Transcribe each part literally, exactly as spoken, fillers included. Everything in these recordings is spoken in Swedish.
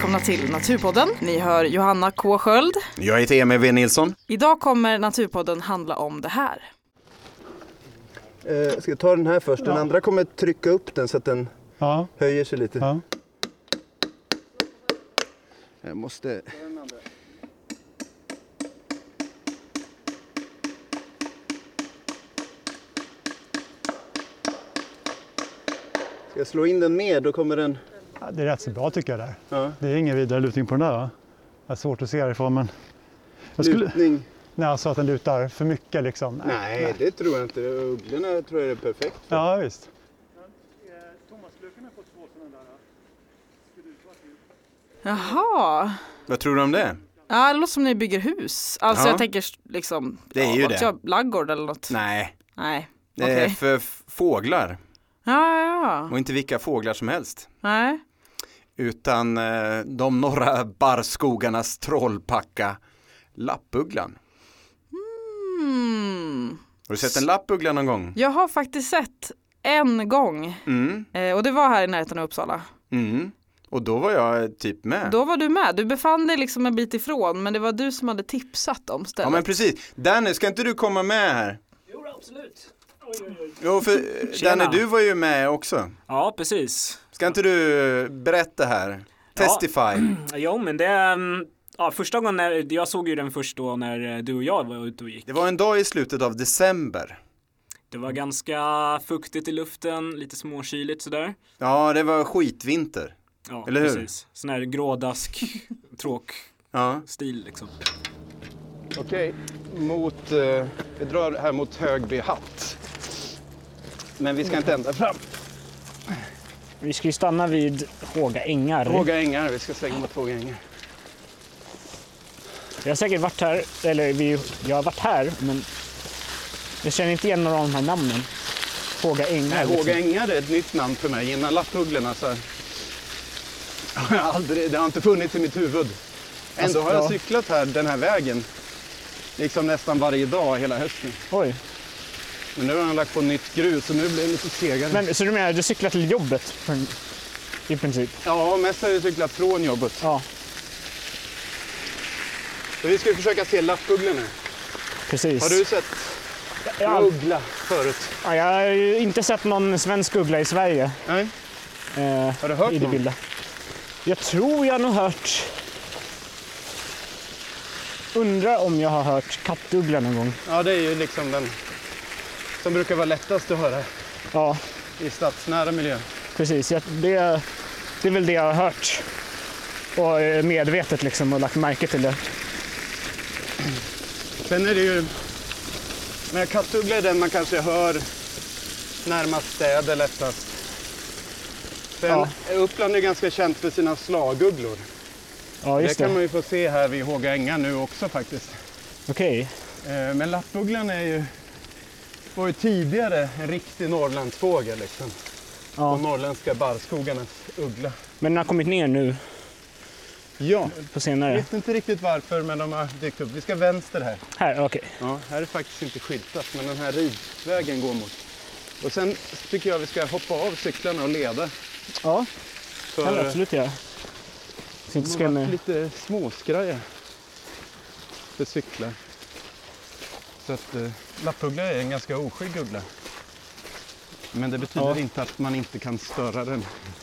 välkomna till Naturpodden. Ni hör Johanna K. Sköld. Jag heter Emil V. Nilsson. Idag kommer Naturpodden handla om det här. Jag ska ta den här först. Den ja. andra kommer trycka upp den så att den ja. höjer sig lite. Ja. Jag måste... Ska jag slå in den mer, då kommer den... Ja, det är rätt så bra tycker jag där. Ja. Det är ingen vidare lutning på den där, va? Det är svårt att se härifrån, men... Jag skulle... Lutning? Nej, alltså att den lutar för mycket liksom. Nej, nej, nej. Det tror jag inte. Ugglorna tror jag är perfekt. För. Ja, visst. Jaha. Vad tror du om det? Ja, det låter som ni bygger hus. Alltså ja. jag tänker liksom... Det är ja, ju det. Jag, laggård eller något. Nej. Nej. Det är okay. för fåglar. Ja, ja. Och inte vilka fåglar som helst. Nej. Utan eh, de norra barrskogarnas trollpacka, lappugglan. Mm. Har du sett en lappuggla någon gång? Jag har faktiskt sett en gång. Mm. Eh, och det var här i närheten av Uppsala. Mm. Och då var jag typ med. Då var du med. Du befann dig liksom en bit ifrån, men det var du som hade tipsat om stället. Ja, men precis. Danny, ska inte du komma med här? Jo, absolut. Oj, oj, oj. Jo, för Danny, du var ju med också. Ja, precis. Ska inte du berätta här? Testify. Ja, jo, men det... Ja, första gången när, jag såg ju den först då när du och jag var ute och gick. Det var en dag i slutet av december. Det var ganska fuktigt i luften, lite småkyligt sådär. Ja, det var skitvinter. Ja, eller hur? Precis. Sån här grådask tråk ja. stil liksom. Okej, mot, eh, vi drar här mot Högby hatt. Men vi ska inte ända fram. Vi ska ju stanna vid Håga ängar. Håga ängar, vi ska svänga mot Håga ängar. Jag har säkert varit här, eller vi, jag har varit här, men jag känner inte igen några av de här namnen. Håga ängar. Nej, Håga ängar är ett nytt namn för mig. Innan lappugglorna så har jag aldrig, det har inte funnits i mitt huvud. Ändå alltså, har jag ja. cyklat här, den här vägen, liksom nästan varje dag hela hösten. Oj. Men nu har han lagt på nytt grus och nu blir det lite segare. Men så du menar, du cyklar till jobbet i princip? Ja, mest har jag cyklat från jobbet. Ja. Så vi ska försöka se lappugglorna. Precis. Har du sett en ja. uggla förut? Ja, jag har ju inte sett någon svensk uggla i Sverige. Nej. Eh, har du hört i det bilden. Jag tror jag nog hört... Undrar om jag har hört kattuggla någon gång. Ja, det är ju liksom den som brukar vara lättast att höra. Ja. I stadsnära miljö. Precis, ja, det, det är väl det jag har hört. Och medvetet liksom och lagt märke till det. Sen är det ju... Men kattuggla är den man kanske hör närmast städer lättast. Sen ja. Uppland är ganska känt för sina slagugglor. Ja, just det kan det. man ju få se här vid Håga ängar nu också faktiskt. Okej. Okay. Men lappugglan är ju, var ju tidigare en riktig Norrlandsfågel liksom. Ja. De norrländska barrskogarnas uggla. Men den har kommit ner nu? Ja, på senare. Jag vet inte riktigt varför, men de har dykt upp. Vi ska vänster här. Här, okej. Okay. Ja, här är faktiskt inte skyltat, men den här ridvägen går mot. Och sen tycker jag vi ska hoppa av cyklarna och leda. Ja, det kan absolut göra. Det har varit lite småskraja för cyklar. Så att eh, lappuggla är en ganska oskygg uggla. Men det betyder ja. inte att man inte kan störa den.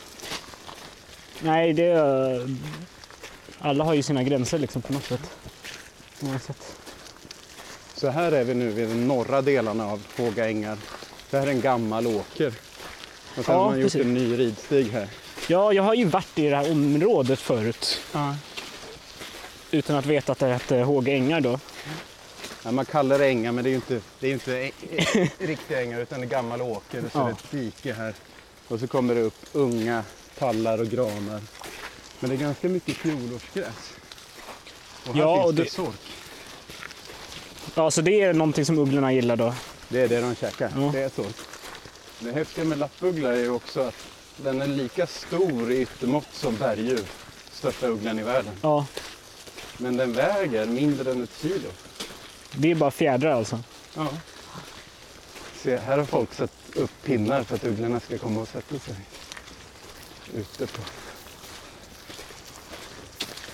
Nej, det är... Alla har ju sina gränser liksom på något sätt. Sätt. Så här är vi nu vid de norra delarna av Håga ängar. Det här är en gammal åker. Och sen ja, har man gjort precis. en ny ridstig här. Ja, jag har ju varit i det här området förut. Ja. Utan att veta att det heter Håga ängar då. Ja, man kallar det ängar, men det är ju inte, det är inte ä- ä- riktiga ängar utan en gammal åker. Och så ja. är det ett dike här. Och så kommer det upp unga tallar och granar. Men det är ganska mycket fjolårsgräs. Och här ja, finns och det... det sork. Ja, så det är någonting som ugglorna gillar då? Det är det de käkar. Ja. Det är sork. Det häftiga med lappuggla är ju också att den är lika stor i yttermått som berguv. Största ugglan i världen. Ja. Men den väger mindre än ett kilo. Det är bara fjädrar alltså? Ja. Se, här har folk satt upp pinnar för att ugglorna ska komma och sätta sig ute på.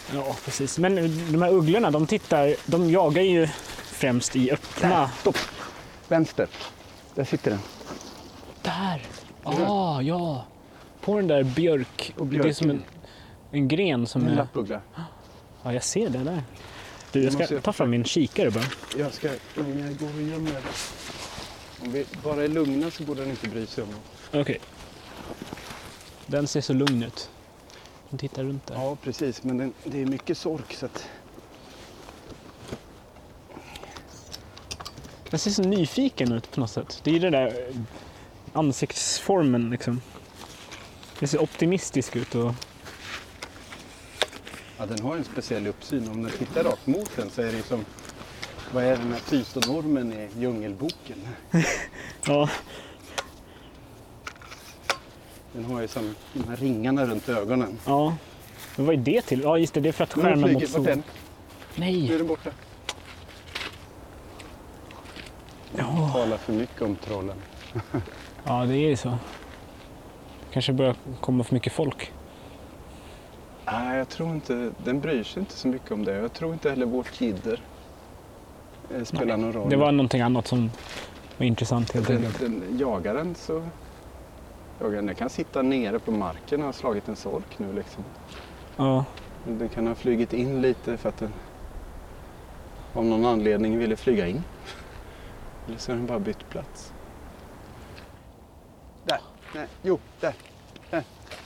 Ja, precis. Men de här ugglorna, de tittar, de jagar ju främst i öppna. Stopp! Vänster. Där sitter den. Där! Ja, ah, ja. På den där björk. Och björk. Det är som en, en gren som En är... lappuggla. Ja, jag ser det där. Du, jag ska måste- ta fram min kikare bara. Jag ska, om jag går och gömmer. Om vi bara är lugna så borde den inte bry sig om något. Okej. Den ser så lugn ut. Den tittar runt där. Ja, precis. Men den, det är mycket sork så att... Den ser så nyfiken ut på något sätt. Det är ju det där eh, ansiktsformen liksom. Det ser optimistisk ut och... Ja, den har en speciell uppsyn. Om den tittar rakt mot den så är det ju som... Vad är den här pytonormen i Djungelboken? Ja, Den har ju som de här ringarna runt ögonen. ja. Men vad är det till? Ja, just det. Det är för att Nu är den stjärna mot flugit, vart är sol. den? Nu är Nej! den borta. Ja. Talar för mycket om trollen. Ja, det är ju så. Kanske börjar komma för mycket folk. Nej, jag tror inte... Den bryr sig inte så mycket om det. Jag tror inte heller vårt jidder eh, spelar Nej, någon roll. Det var någonting annat som var intressant helt Den, enkelt. den jagar den så... Jagar den kan sitta nere på marken och ha slagit en sork nu liksom. Ja, Men den kan ha flugit in lite för att den av någon anledning ville flyga in. Eller så har den bara bytt plats. Där! Nej, jo, där! Där!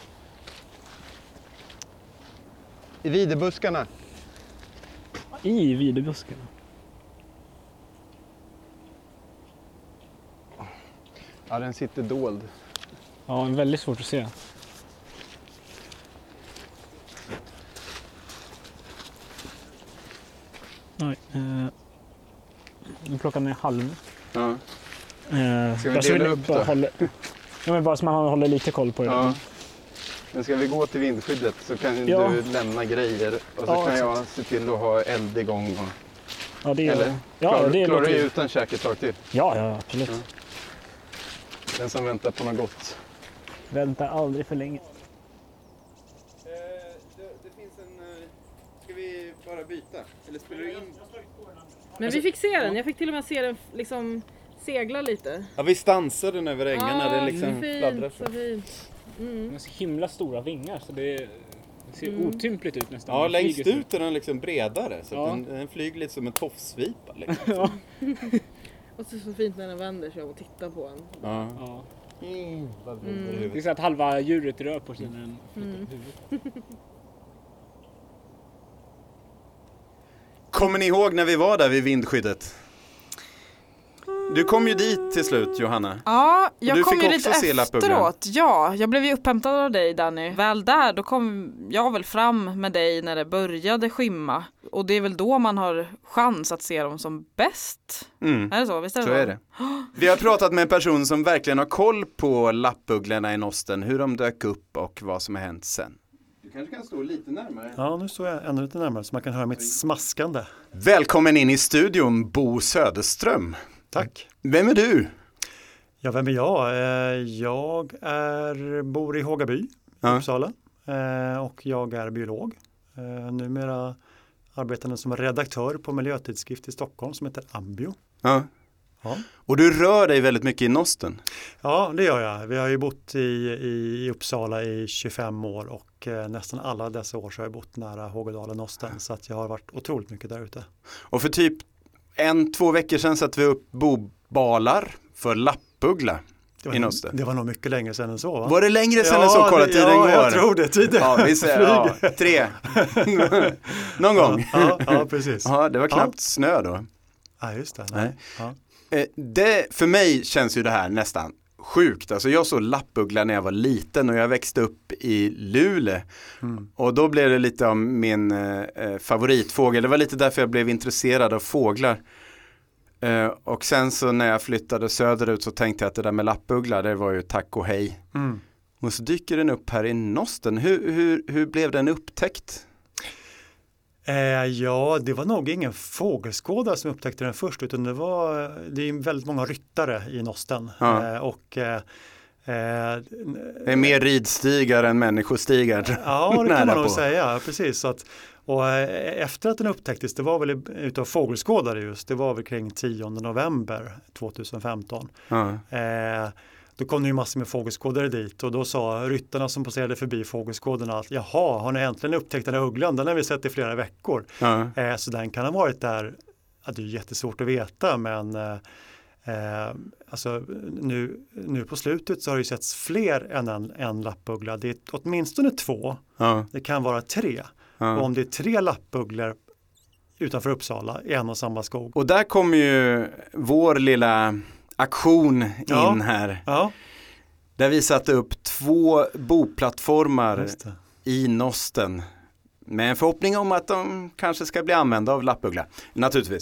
I videbuskarna. i videbusken. Ja, den sitter dold. Ja, väldigt svårt att se. Oj, eh, nu plockar ner halv. Ja. Eh, Ska vi bara så dela upp bara då? håller, ja, men bara så man håller lite koll på det. Ja. Men ska vi gå till vindskyddet så kan Ja. du lämna grejer och så Ja, kan jag se till att ha eld igång. Och... Ja, det Eller? är ja, Klarar, det klarar låter du ju. utan käk ett tag till? Ja, ja, absolut. Ja. Den som väntar på något gott. Vänta aldrig för länge. Det finns en... Ska vi bara byta? Eller spelar du in? Men vi fick se den. Jag fick till och med se den liksom segla lite. Ja, vi stansar den över ängarna. Ja, det liksom fladdrar fint, så så. fint. Mm. Den har så himla stora vingar så det, det ser Mm. otympligt ut nästan. Ja, Den längst flyger så. ut är den liksom bredare. Så Ja. att den, den flyger lite som en tofsvipa. Liksom. Ja. Och så, så fint när den vänder sig om och tittar på en. Ja. Ja. Mm. vad vrider Mm. Det är huvudet. så att halva djuret rör på sig när den flyttar Mm. huvudet. Kommer ni ihåg när vi var där vid vindskyddet? Du kom ju dit till slut, Johanna. Ja, jag du kom fick ju också lite se lappugglan. efteråt. Ja, jag blev ju upphämtad av dig, Danny. Väl där, då kom jag väl fram med dig när det började skymma. Och det är väl då man har chans att se dem som bäst. Mm. Är det så? Visst är det Så så? är det. Vi har pratat med en person som verkligen har koll på lappugglorna i Nosten, hur de dök upp och vad som har hänt sen. Du kanske kan stå lite närmare. Ja, nu står jag ännu lite närmare så man kan höra mitt smaskande. Välkommen in i studion, Bo Söderström. Tack. Vem är du? Ja, vem är jag? Eh, Jag är, bor i Hågaby i Ja. Uppsala eh, och jag är biolog. Eh, Numera arbetande som redaktör på miljötidskrift i Stockholm som heter Ambio. Ja. Ja. Och du rör dig väldigt mycket i Nosten. Ja, det gör jag. Vi har ju bott i, i Uppsala i tjugofem år och eh, nästan alla dessa år så har jag bott nära Hågadalen Nosten så att jag har varit otroligt mycket där ute. Och för typ en, två veckor sedan satte vi upp bobalar för lappuggla Det i var, Nosten. det var nog mycket längre sedan än så, va? Var det längre sedan än Ja, så? Kolla det- tiden ja, går. jag tror det. Tiden Ja, vi ser, ja, tre. Någon gång. Ja, ja, precis. Ja, det var knappt snö då. Ja, just det. Nej. Nej. Ja. Eh, Det, för mig känns ju det här nästan sjukt. Alltså jag såg lappuggla när jag var liten och jag växte upp i Luleå. Mm. Och då blev det lite av min eh, favoritfågel. Det var lite därför jag blev intresserad av fåglar. Eh, och sen så när jag flyttade söderut så tänkte jag att det där med lappuggla, det var ju tack och hej. Mm. Och så dyker den upp här i Nosten. Hur, hur, hur blev den upptäckt? Eh, ja, det var nog ingen fågelskådare som upptäckte den först utan det var det är väldigt många ryttare i Nosten Ja. eh, och eh, Eh, Det är mer ridstigar än människostigar. Ja, det nära kan man nog på. säga. Precis. Så att, och eh, efter att den upptäcktes, det var väl utav fågelskådare just, det var väl kring tionde november tjugohundrafemton. Ja. Eh, då kom det ju massor med fågelskådare dit och då sa ryttarna som passerade förbi fågelskådarna att jaha, har ni äntligen upptäckt den här ugglan? Den har vi sett i flera veckor. Ja. Eh, så den kan ha varit där, ja, det är jättesvårt att veta, men eh, Eh, alltså nu, nu på slutet så har det ju setts fler än en, en lappuggla. Det är åtminstone två, Ja. det kan vara tre. Ja. Och om det är tre lappugglor utanför Uppsala i en och samma skog. Och där kommer ju vår lilla aktion in Ja. här. Ja, Där vi satte upp två boplattformar just det. i Nosten. Med en förhoppning om att de kanske ska bli använda av lappuggla. Naturligtvis.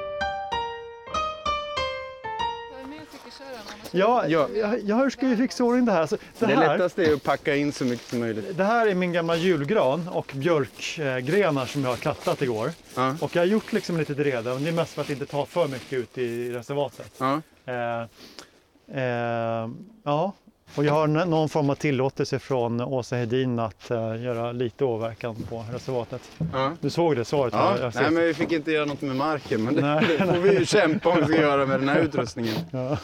Ja, ja. Jag, jag hur ska vi fixa ordning det här? Alltså, det, Det här lättaste är att packa in så mycket som möjligt. det här är min gamla julgran och björkgrenar som jag har kattat igår. Ja. Och jag har gjort liksom lite reda, men det är mest för att inte ta för mycket ut i reservatet. Ja. Eh, eh, ja, och jag har n- någon form av tillåtelse från Åsa Hedin att eh, göra lite åverkan på reservatet. Ja. Du såg det svaret? Ja. Jag ser- Nej, men vi fick inte göra något med marken, men det, Nej. det får vi ju kämpa om vi ska göra med den här utrustningen. Ja.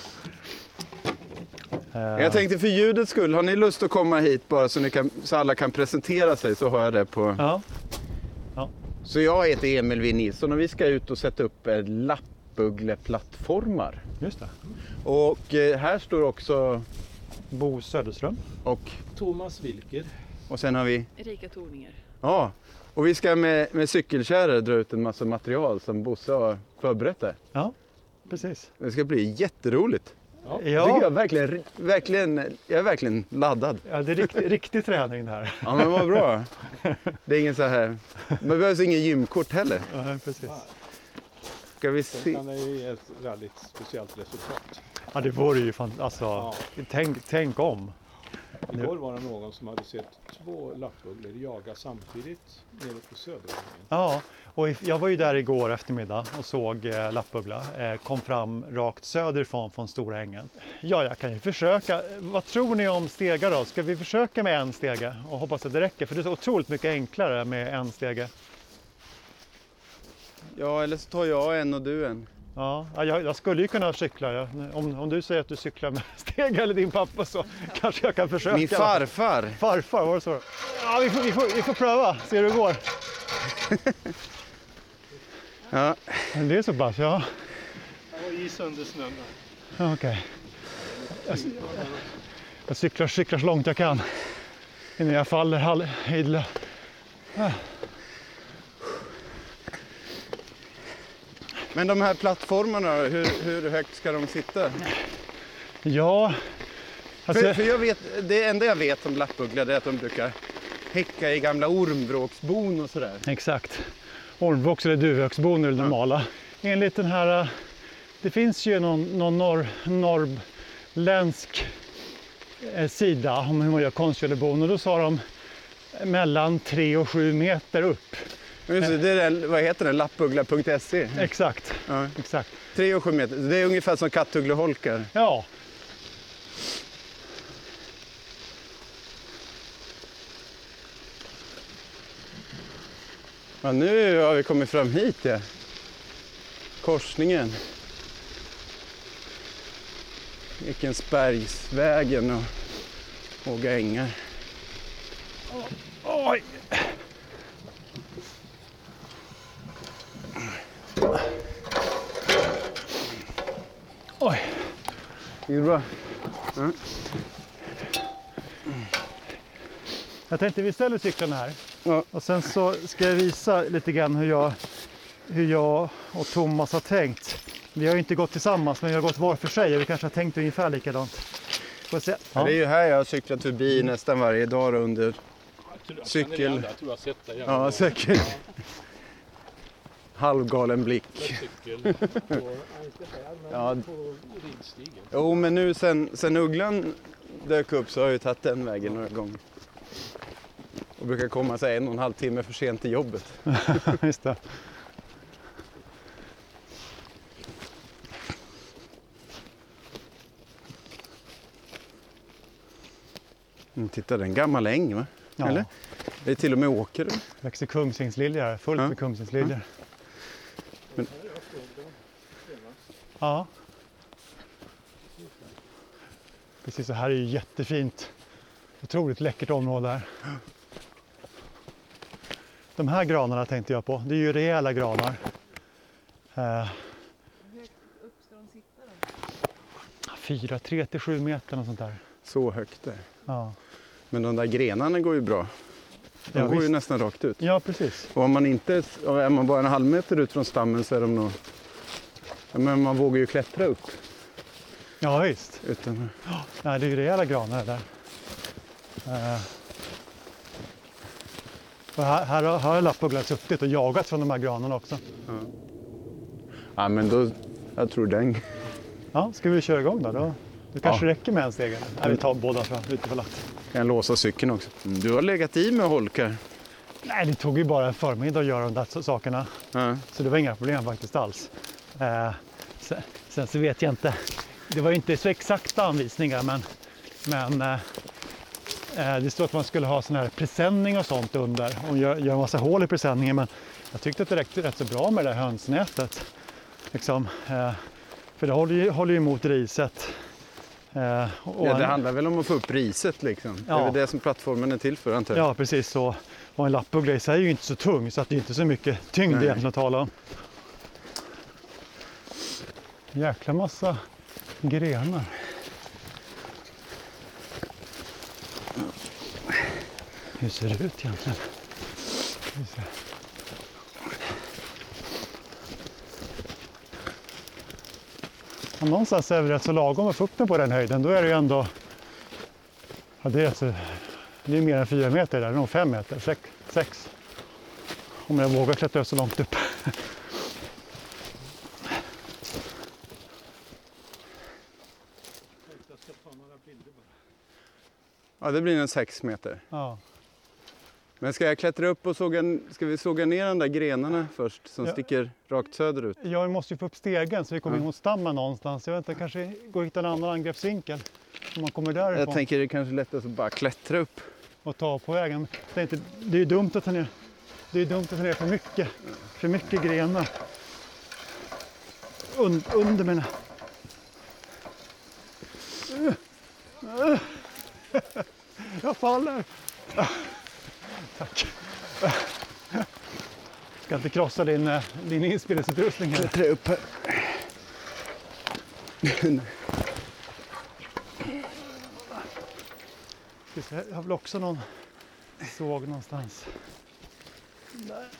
Eh, Jag tänkte för ljudets skull, har ni lust att komma hit bara så, ni kan, så alla kan presentera sig, så har jag det på. ja. Så jag heter Emil W. Nilsson och vi ska ut och sätta upp eh, lappuggleplattformar. Just det. Och eh, här står också, Bo Söderström. och, Thomas Wilker. och sen har vi, Erika Torninger. ja, och vi ska med, med cykelkärror dra ut en massa material som Bosse har förberett där. Ja, precis. Det ska bli jätteroligt. Ja, Tycker jag, verkligen, verkligen, jag är verkligen laddad. ja det är riktig, riktig träning det här. Ja, men vad bra. Det är ingen så här, men det behövs ingen gymkort heller. Ja, precis. Ska vi Sen se. kan det ju ge ett väldigt speciellt resultat. Ja, det vore ju fan, alltså, Ja. tänk, tänk om. Igår var det någon som hade sett två lappugglor jaga samtidigt nere på Söderängen. Ja, och if- jag var ju där igår eftermiddag och såg eh, lappuggla. Eh, kom fram rakt söderifrån från Stora ängen. Ja, jag kan ju försöka. Vad tror ni om stegar då? Ska vi försöka med en stege och hoppas att det räcker? För det är så otroligt mycket enklare med en stege. Ja, eller så tar jag en och du en. Ja, ja, jag, jag skulle ju kunna cykla. Ja. Om, om du säger att du cyklar med steg eller din pappa så kanske jag kan försöka. Min farfar. Farfar, var det så? Ja, vi får, vi får, vi får pröva, se hur det går. Ja. Men det är så pass, ja. Och is under snön. Ja, okej. Jag, jag cyklar, cyklar så långt jag kan innan jag faller hal- hejdlös. Ah. Men de här plattformarna, hur, hur högt ska de sitta? Ja, alltså, För, för jag vet, det enda jag vet om lappugglor är att de brukar häcka i gamla ormvråksbon och sådär. exakt. Ormvråks eller duvhöksbon är det normala. Enligt den här, eh, det finns ju någon, någon norr, norrländsk eh, sida om hur man gör konstgödselbon och då sa de mellan tre och sju meter upp. Just det, det är den, vad heter den? lappuggla punkt se. Exakt, Ja. exakt. tre och sju meter. Det är ungefär som kattugleholkar. Ja. Ja, nu har vi kommit fram hit, ja. Korsningen. Ekensbergsvägen och Håga ängar. Oj! Oj! Det är bra. Jag tänkte vi ställer cyklarna här. Ja. Och sen så ska jag visa lite grann hur jag, hur jag och Thomas har tänkt. Vi har ju inte gått tillsammans men vi har gått var för sig och vi kanske har tänkt ungefär likadant. Får se. Ja. Ja. Det är ju här jag har cyklat förbi nästan varje dag under Jag tror- jag Cykel. känner igen det. Jag tror jag har sett det. ja, säkert. Halvgalen blick. Cykel. Och, ja, inte här, men Ja. på ridstigen. Jo, men nu sen, sen ugglan dök upp så har jag ju tagit den vägen några gånger. Och brukar komma så här en och en halv timme för sent till jobbet. Just det. Mm, titta, det är en gammal äng, va? Ja. Eller? Det är till och med åker. Det växer kungsängsliljer här, fullt Ja. med kungsängsliljer. Men- Ja. Precis, så här är ju jättefint. Otroligt läckert område här. De här granarna tänkte jag på. Det är ju rejäla granar. Eh, fyra, tre till sju meter och sånt där. Så högt där. Ja, Men de där grenarna går ju bra. De Ja, går ju visst. nästan rakt ut. ja precis. Och om man inte är man bara en halv meter ut från stammen så är de nog... Ja, men man vågar ju klättra upp. Ja visst. Utan... Nej, det är ju rejäla granar där. Eh, och här, här, har- här har lappugglan suttit och jagat från de här granarna också. Ja, men då... Jag tror den... Ja, ska vi köra igång då? då? Det kanske Ja. räcker med en steg. Nej, vi tar båda fram ute på latt. Kan låsa cykeln också. Mm, du har legat i med holkar. Nej, det tog ju bara en förmiddag att göra de där så- sakerna. Ja. Så det var inga problem faktiskt alls. Eh, sen, sen så vet jag inte. Det var ju inte så exakta anvisningar men, men eh, eh, det stod att man skulle ha sån här presenning och sånt under och göra gör en massa hål i presenningen, men jag tyckte att det räckte rätt så bra med det här hönsnätet. Liksom, eh, för det håller ju, håller ju emot riset. Eh, och Ja, det en- handlar väl om att få upp riset liksom. Det Ja. är väl det som plattformen är till för, antar jag. Ja, precis så. Och en lappuggla i sig är ju inte så tung så att det är inte så mycket tyngd Nej. egentligen att tala om. Jäkla massa grenar. Hur ser det ut egentligen? Ska vi se. Ja, någonstans är det rätt så lagom att få upp den på den höjden. Då är det ju ändå... Ja, det är alltså... Det är mer än fyra meter där, det är nog fem meter, sex, sex. Om jag vågar klättra så långt upp. Ja, det blir en sex meter. Ja. Men ska jag klättra upp och såga, ska vi såga ner de där grenarna först som Ja. sticker rakt söderut? Jag måste ju få upp stegen så vi kommer Ja. in mot stammen någonstans. Jag vet inte, kanske gå och hitta en annan angreppsvinkel. Om man kommer därifrån Jag tänker det är kanske lättast att bara klättra upp. och ta på vägen. Det är, inte, det är ju dumt att ta ner, det är dumt att ta ner för mycket, för mycket grenar. Und, under mina... Jag faller. Tack. Ska inte krossa din, eh, din inspelningsutrustning här. Klättra upp här. Ska se, jag har väl också någon såg någonstans. Där.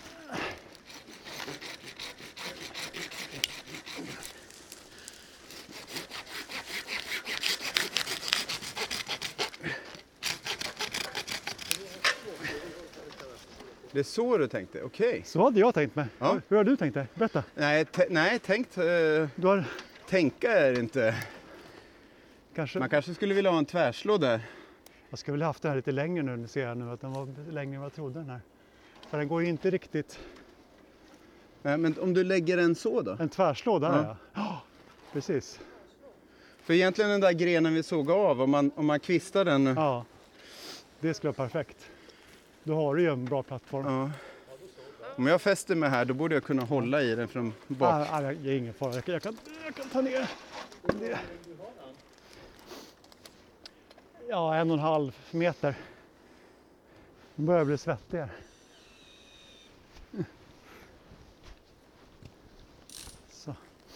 Det är så du tänkte, okej. Så hade jag tänkt mig. Ja. Hur har du tänkt dig? Berätta. Nej, te- nej, tänkt... eh, Du har tänka är inte... kanske... Man kanske skulle vilja ha en tvärslå där. Jag skulle vilja haft det här lite längre nu. Nu ser jag nu att den var längre än vad jag trodde den här. För den går ju inte riktigt... Nej, men om du lägger den så då? En tvärslå där Ja. ja. Ja, precis. För egentligen den där grenen vi såg av, om man, om man kvistar den nu. Ja. Det skulle vara perfekt. Då har du ju en bra plattform. Ja. Om jag fäster mig här, då borde jag kunna hålla i den från bak. Ah, ah, det är ingen fara. Jag kan, jag kan, jag kan ta ner det. Ja, en och en halv meter. Nu börjar jag bli svettig här. Så.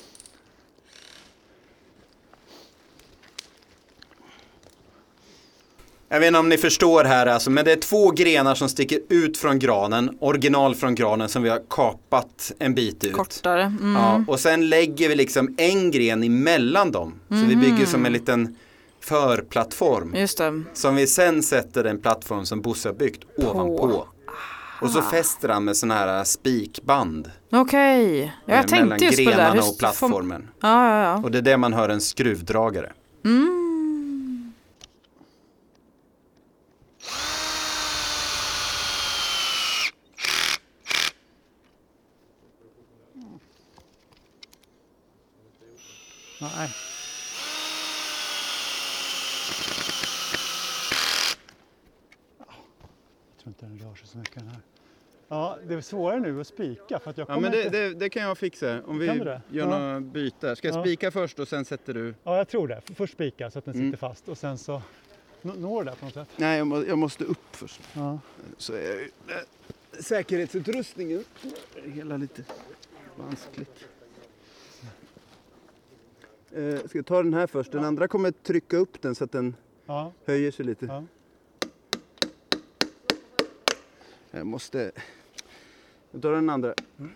Jag vet inte om ni förstår här alltså, men det är två grenar som sticker ut från granen, original från granen som vi har kapat en bit ut. Kortare. Mm. Ja, och sen lägger vi liksom en gren emellan dem. Så vi bygger som en liten förplattform. Just det. Som vi sen sätter en plattform som Bosse har byggt ovanpå. Och så fäster han med sådana här spikband. Okej. Ja, jag eh, mellan tänkte just på det där. grenarna Hur- och plattformen. Ja, ja, ja. Och det är det man hör en skruvdragare. Mm. Nej. den rör sig så mycket den här. Ja, det är svårare nu att spika för att jag Ja, kommer men det, inte... det, det kan jag fixa. Om vi Kan du det? gör Ja. några byte. Ska jag Ja. spika först och sen sätter du? Ja, jag tror det. Först spika så att den Mm. sitter fast och sen så nå- når det där på något sätt. Nej, jag, må, jag måste upp först. Ja. Så är ju, äh, säkerhetsutrustningen är hela lite vanskligt. Eh, ska jag ta den här först? Den andra kommer trycka upp den så att den Ja. höjer sig lite. Ja. Jag måste... Jag tar den andra.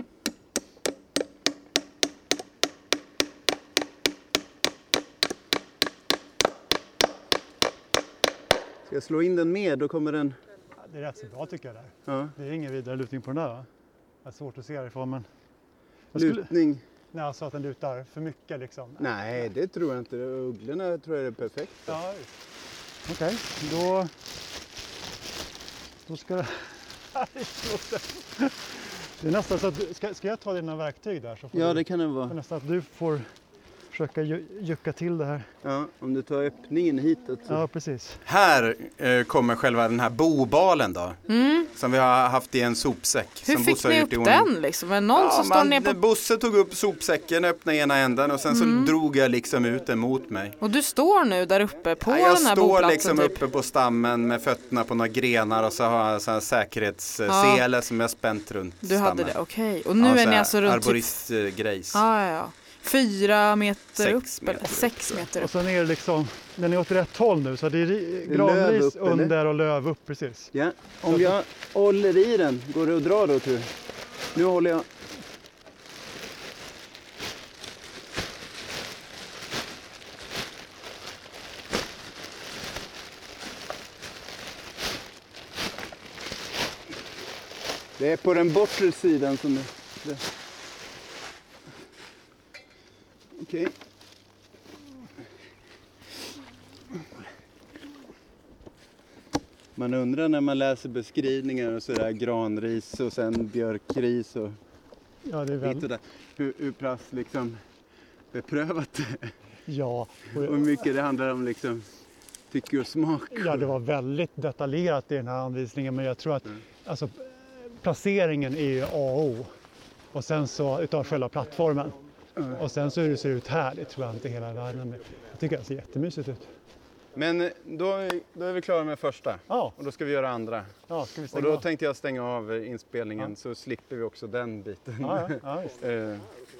Ska jag slå in den mer, då kommer den... Det är rätt så bra tycker jag där. Ja. Det är ingen vidare lutning på den där va? Det är svårt att se härifrån men... Jag skulle... Lutning. Nej, alltså att den lutar för mycket liksom. Nej, det tror jag inte. Ugglorna tror jag är perfekt. Ja, just. Okej, då... Då ska det... Det är nästan så att... Ska, ska jag ta dina verktyg där? Så får Ja, du... det kan det Det är vara. nästan att du får försöka ju- jucka till det här. Ja, om du tar öppningen hitåt så... Ja, precis. Här eh, kommer själva den här bobalen då. Mm. Som vi har haft i en sopsäck. Hur som fick Bosse har ni gjort i upp ordning. den liksom? Är någon Ja, som står man, ner på... Bosse tog upp sopsäcken, öppnade ena änden och sen så Mm. drog jag liksom ut den mot mig. Och du står nu där uppe på Ja, jag den här står boplatsen liksom typ. uppe på stammen med fötterna på några grenar och så har jag så här säkerhetssele som jag spänt runt Du stammen. hade det, okej. Och nu Ja, är så ni här alltså runt typ... arboristgrejs. Ja, ja, ja. Fyra meter Sex upp, meter eller upp, sex tror jag. meter Och upp. sen är det liksom, den är åt rätt håll nu så det är ri- Det är löv granris upp, eller? under och löv upp precis. Ja, om jag håller i den, går det att dra då tror du? Nu håller jag... Det är på den bortre sidan som det... det. Okej. Man undrar när man läser beskrivningar och sådär, granris och sen björkris och Ja, det är hit väl, och där. Hur, hur pass liksom beprövat det är. ja, och, Och hur mycket det handlar om liksom tycke och smak. ja, det var väldigt detaljerat i den här anvisningen men jag tror att Mm. alltså, placeringen är ju A och O. Och sen så utav själva plattformen. Mm. Och sen så hur det ser ut här, det tror jag inte hela världen. Men jag tycker det ser jättemysigt ut. Men då är, då är vi klara med första Ja, och då ska vi göra andra. ja ska vi Och stänga då av? tänkte jag stänga av inspelningen Ja. så slipper vi också den biten. Ja, ja, ja, just. Eh,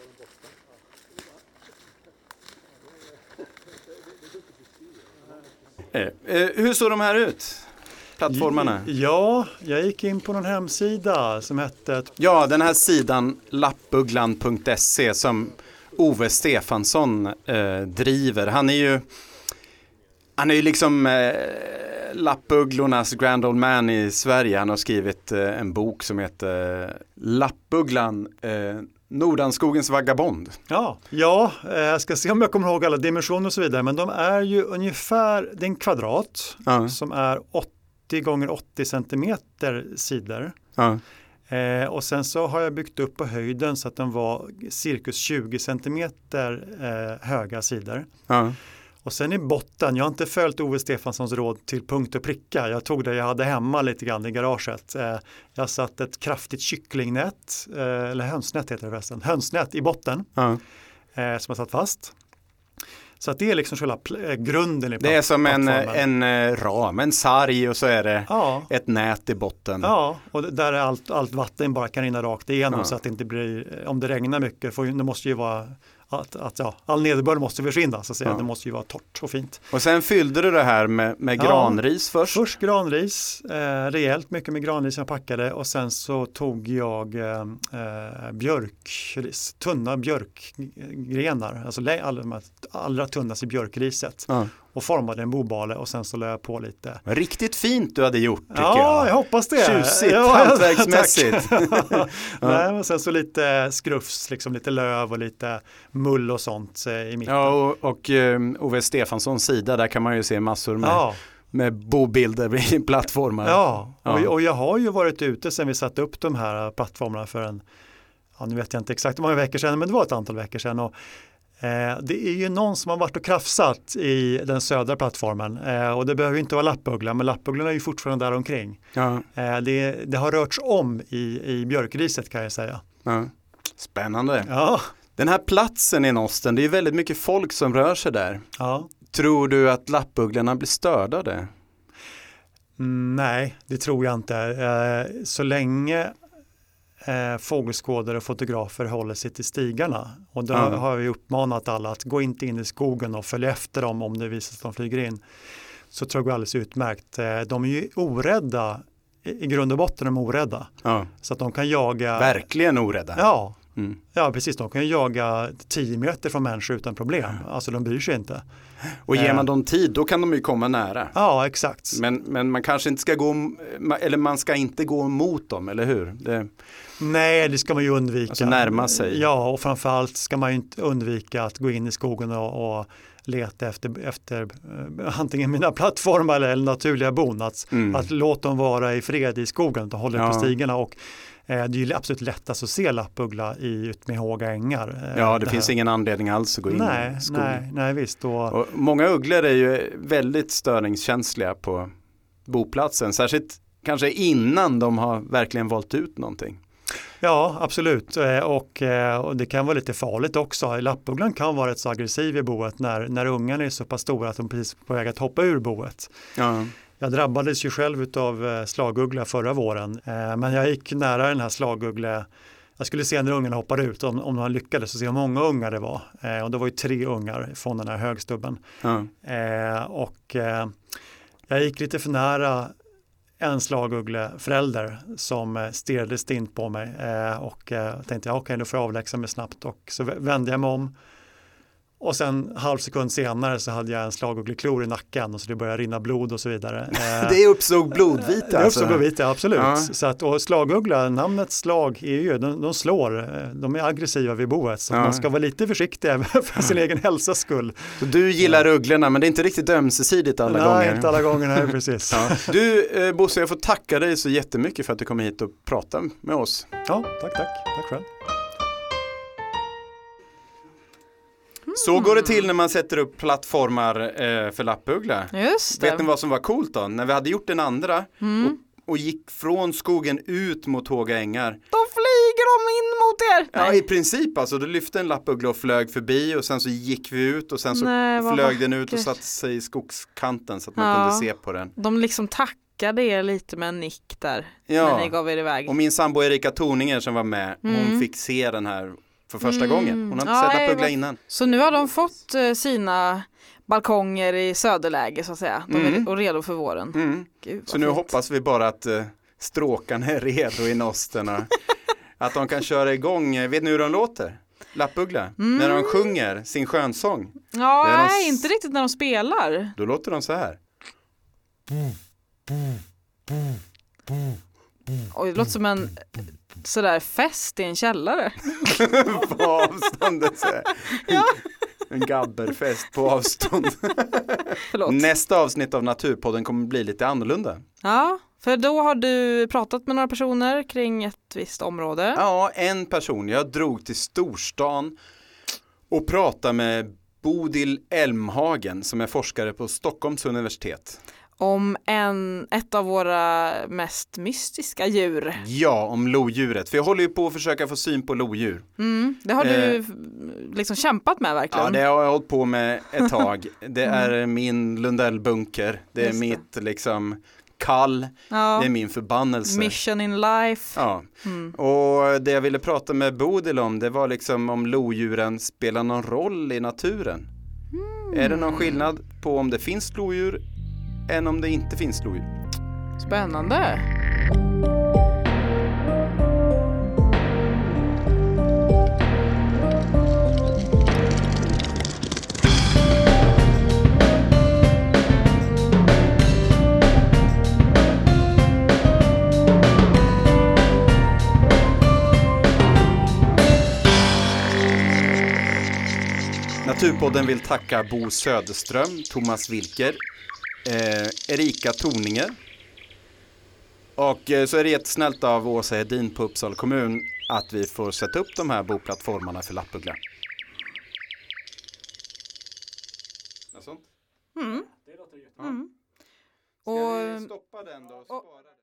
Eh, eh, hur såg de här ut? Plattformarna? Ja, jag gick in på någon hemsida som hette... Ja, den här sidan lappugglan punkt se som Ove Stefansson eh, driver. Han är ju han är ju liksom eh, lappugglornas grand old man i Sverige. Han har skrivit eh, en bok som heter Lappugglan, eh, Nordanskogens vagabond. Ja, ja, eh, jag ska se om jag kommer ihåg alla dimensioner och så vidare. Men de är ju ungefär, det är en kvadrat Ja, som är åttio gånger åttio centimeter sidor. ja, Eh, och sen så har jag byggt upp på höjden så att den var cirkus tjugo centimeter eh, höga sidor. ja. Och sen i botten, jag har inte följt Ove Stefanssons råd till punkt och pricka. Jag tog det jag hade hemma lite grann i garaget. Eh, jag satt ett kraftigt kycklingnät, eh, eller hönsnät heter det förresten, hönsnät i botten ja. eh, som har satt fast. Så att det är liksom själva pl- eh, grunden i Det är som en, plattformen. en eh, ram, en sarg och så är det Ja, ett nät i botten. ja, och det- där är allt, allt vatten bara kan rinna rakt igenom Ja. så att det inte blir, om det regnar mycket, får, ju- det måste ju vara att, att ja, all nederbörd måste försvinna så att säga. Ja. Det måste ju vara torrt och fint. Och sen fyllde du det här med, med Ja. granris först. Först granris, eh, rejält mycket med granris jag packade och sen så tog jag eh, eh, björkris, tunna björkgrenar, alltså lä- alla de här allra tunnaste björkriset Ja. och formade en bobale och sen så la jag på lite. Riktigt fint du hade gjort tycker Ja, jag. jag hoppas det. Tjusigt, Ja, hantverksmässigt. tack. Nej, men sen så lite skrufs, liksom lite löv och lite mull och sånt eh, i mitten. Ja, och, och um, Ove Stefanssons sida, där kan man ju se massor med, ja. med bobilder i plattformar. Ja, Ja. Och, och jag har ju varit ute sen vi satte upp de här plattformarna för en, ja nu vet jag inte exakt hur många veckor sedan, men det var ett antal veckor sedan och Eh, det är ju någon som har varit och krafsat i den södra plattformen eh, och det behöver inte vara lappuggla, men lappugglorna är ju fortfarande där omkring. Ja. Eh, det, det har rörts om i, i björkriset kan jag säga. Ja. Spännande. Ja. Den här platsen i Nosten, det är väldigt mycket folk som rör sig där. Ja. Tror du att lappugglorna blir stördade? Mm, nej, det tror jag inte. Eh, så länge eh, fågelskådare och fotografer håller sig till stigarna. Och då Mm. har vi uppmanat alla att gå inte in i skogen och följa efter dem om det visar sig att de flyger in. Så tror jag det är alldeles utmärkt. Eh, de är ju orädda, i, i grund och botten är de orädda. Ja. Så att de kan jaga... Verkligen orädda. Ja. Mm. Ja, precis. De kan ju jaga tio meter från människor utan problem. Alltså de bryr sig inte. Och ger man dem tid, då kan de ju komma nära. Ja, exakt. Men, men man kanske inte ska gå, eller man ska inte gå mot dem, eller hur? Det... Nej, det ska man ju undvika. Alltså närma sig. Ja, och framförallt ska man ju inte undvika att gå in i skogen och, och leta efter, efter uh, antingen mina plattformar eller, eller naturliga bon. Att, Mm. att låta dem vara i fred i skogen och hålla Ja. på stigarna. Och eh, det är ju absolut lättast att se lappuggla i ut med håga ängar. Eh, Ja, det, det finns här. ingen anledning alls att gå in nej, i skogen. nej, nej, visst. Och, Och många ugglor är ju väldigt störningskänsliga på boplatsen. Särskilt kanske innan de har verkligen valt ut någonting. Ja, absolut. Eh, Och, eh, och det kan vara lite farligt också. Lappugglan kan vara rätt så aggressiv i boet när, när ungarna är så pass stora att de precis är på väg att hoppa ur boet. Ja. Jag drabbades ju själv av slaguggla förra våren, eh, men jag gick nära den här slaguggla. Jag skulle se när ungarna hoppar ut, om, om de lyckades, och se hur många ungar det var. Eh, och det var ju tre ungar från den här högstubben. Ja. Eh, och eh, jag gick lite för nära en slaguggleförälder som eh, stirrade stint på mig eh, och eh, tänkte jag okej, okay, då får jag avlägsa mig snabbt, och så vände jag mig om. Och sen halv sekund senare så hade jag en slagugleklor i nacken och så det började rinna blod och så vidare. Det uppsåg blodvita. Det alltså. uppsåg blodvita, absolut. Ja. Så att, och slaguggla, namnet slag är ju, de, de slår, de är aggressiva vid boet. Så Ja. man ska vara lite försiktig även för sin egen hälsas skull. Så du gillar ugglorna, men det är inte riktigt ömsesidigt alla nej, gånger. inte alla gånger, nej precis. Ja. Du eh, Bosse, jag får tacka dig så jättemycket för att du kom hit och pratade med oss. Ja, tack, tack. Tack själv. Så går det till när man sätter upp plattformar eh, för lappuggla. Just det. Vet ni vad som var coolt då? När vi hade gjort den andra Mm. och, och gick från skogen ut mot Håga ängar. Då flyger de in mot er! Ja, Nej. i princip alltså. Då lyfte en lappuggla och flög förbi och sen så gick vi ut och sen så Nej, vad flög den ut och vackert. satte sig i skogskanten så att man Ja. kunde se på den. De liksom tackade er lite med en nick där Ja. när ni gav er iväg. Och min sambo Erika Torninger som var med, hon Mm. fick se den här för första Mm. gången. Hon har inte Ja, sett nej, lappuggla vad- innan. Så nu har de fått eh, sina balkonger i söderläge så att säga. De är Mm. och redo för våren. Mm. Gud, vad Så nu fint. hoppas vi bara att uh, stråkarna är redo i nosten och att de kan köra igång. Vet ni hur de låter? Lappuggla. Mm. När de sjunger sin skönsång. Ja, Det är de nej, s- inte riktigt när de spelar. Då låter de så här. Oj, det låter som en sådär fest i en källare. På avstånd. Så här. Ja. En gabberfest på avstånd. Förlåt. Nästa avsnitt av Naturpodden kommer bli lite annorlunda. Ja, för då har du pratat med några personer kring ett visst område. Ja, en person. Jag drog till storstan och pratade med Bodil Elmhagen som är forskare på Stockholms universitet. Om en, ett av våra mest mystiska djur. Ja, om lodjuret. För jag håller ju på att försöka få syn på lodjur. Mm, det har du Eh. liksom kämpat med verkligen. Ja, det har jag hållit på med ett tag. Det är min Lundellbunker. Det är Just det. mitt liksom kall. Ja. Det är min förbannelse. Mission in life. Ja, Mm. och det jag ville prata med Bodil om, det var liksom om lodjuren spelar någon roll i naturen. Mm. Är det någon skillnad på om det finns lodjur än om det inte finns lodjur? Spännande. Naturpodden vill tacka Bo Söderström, Thomas Wilker, eh, Erika Torninger. Och eh, så är det jättesnällt av Åsa Hedin på Uppsala kommun att vi får sätta upp de här boplattformarna för lappuggla. Något sånt? Mm. Det låter jättebra. Mm. Ska Och, vi stoppa den då och och- spara den?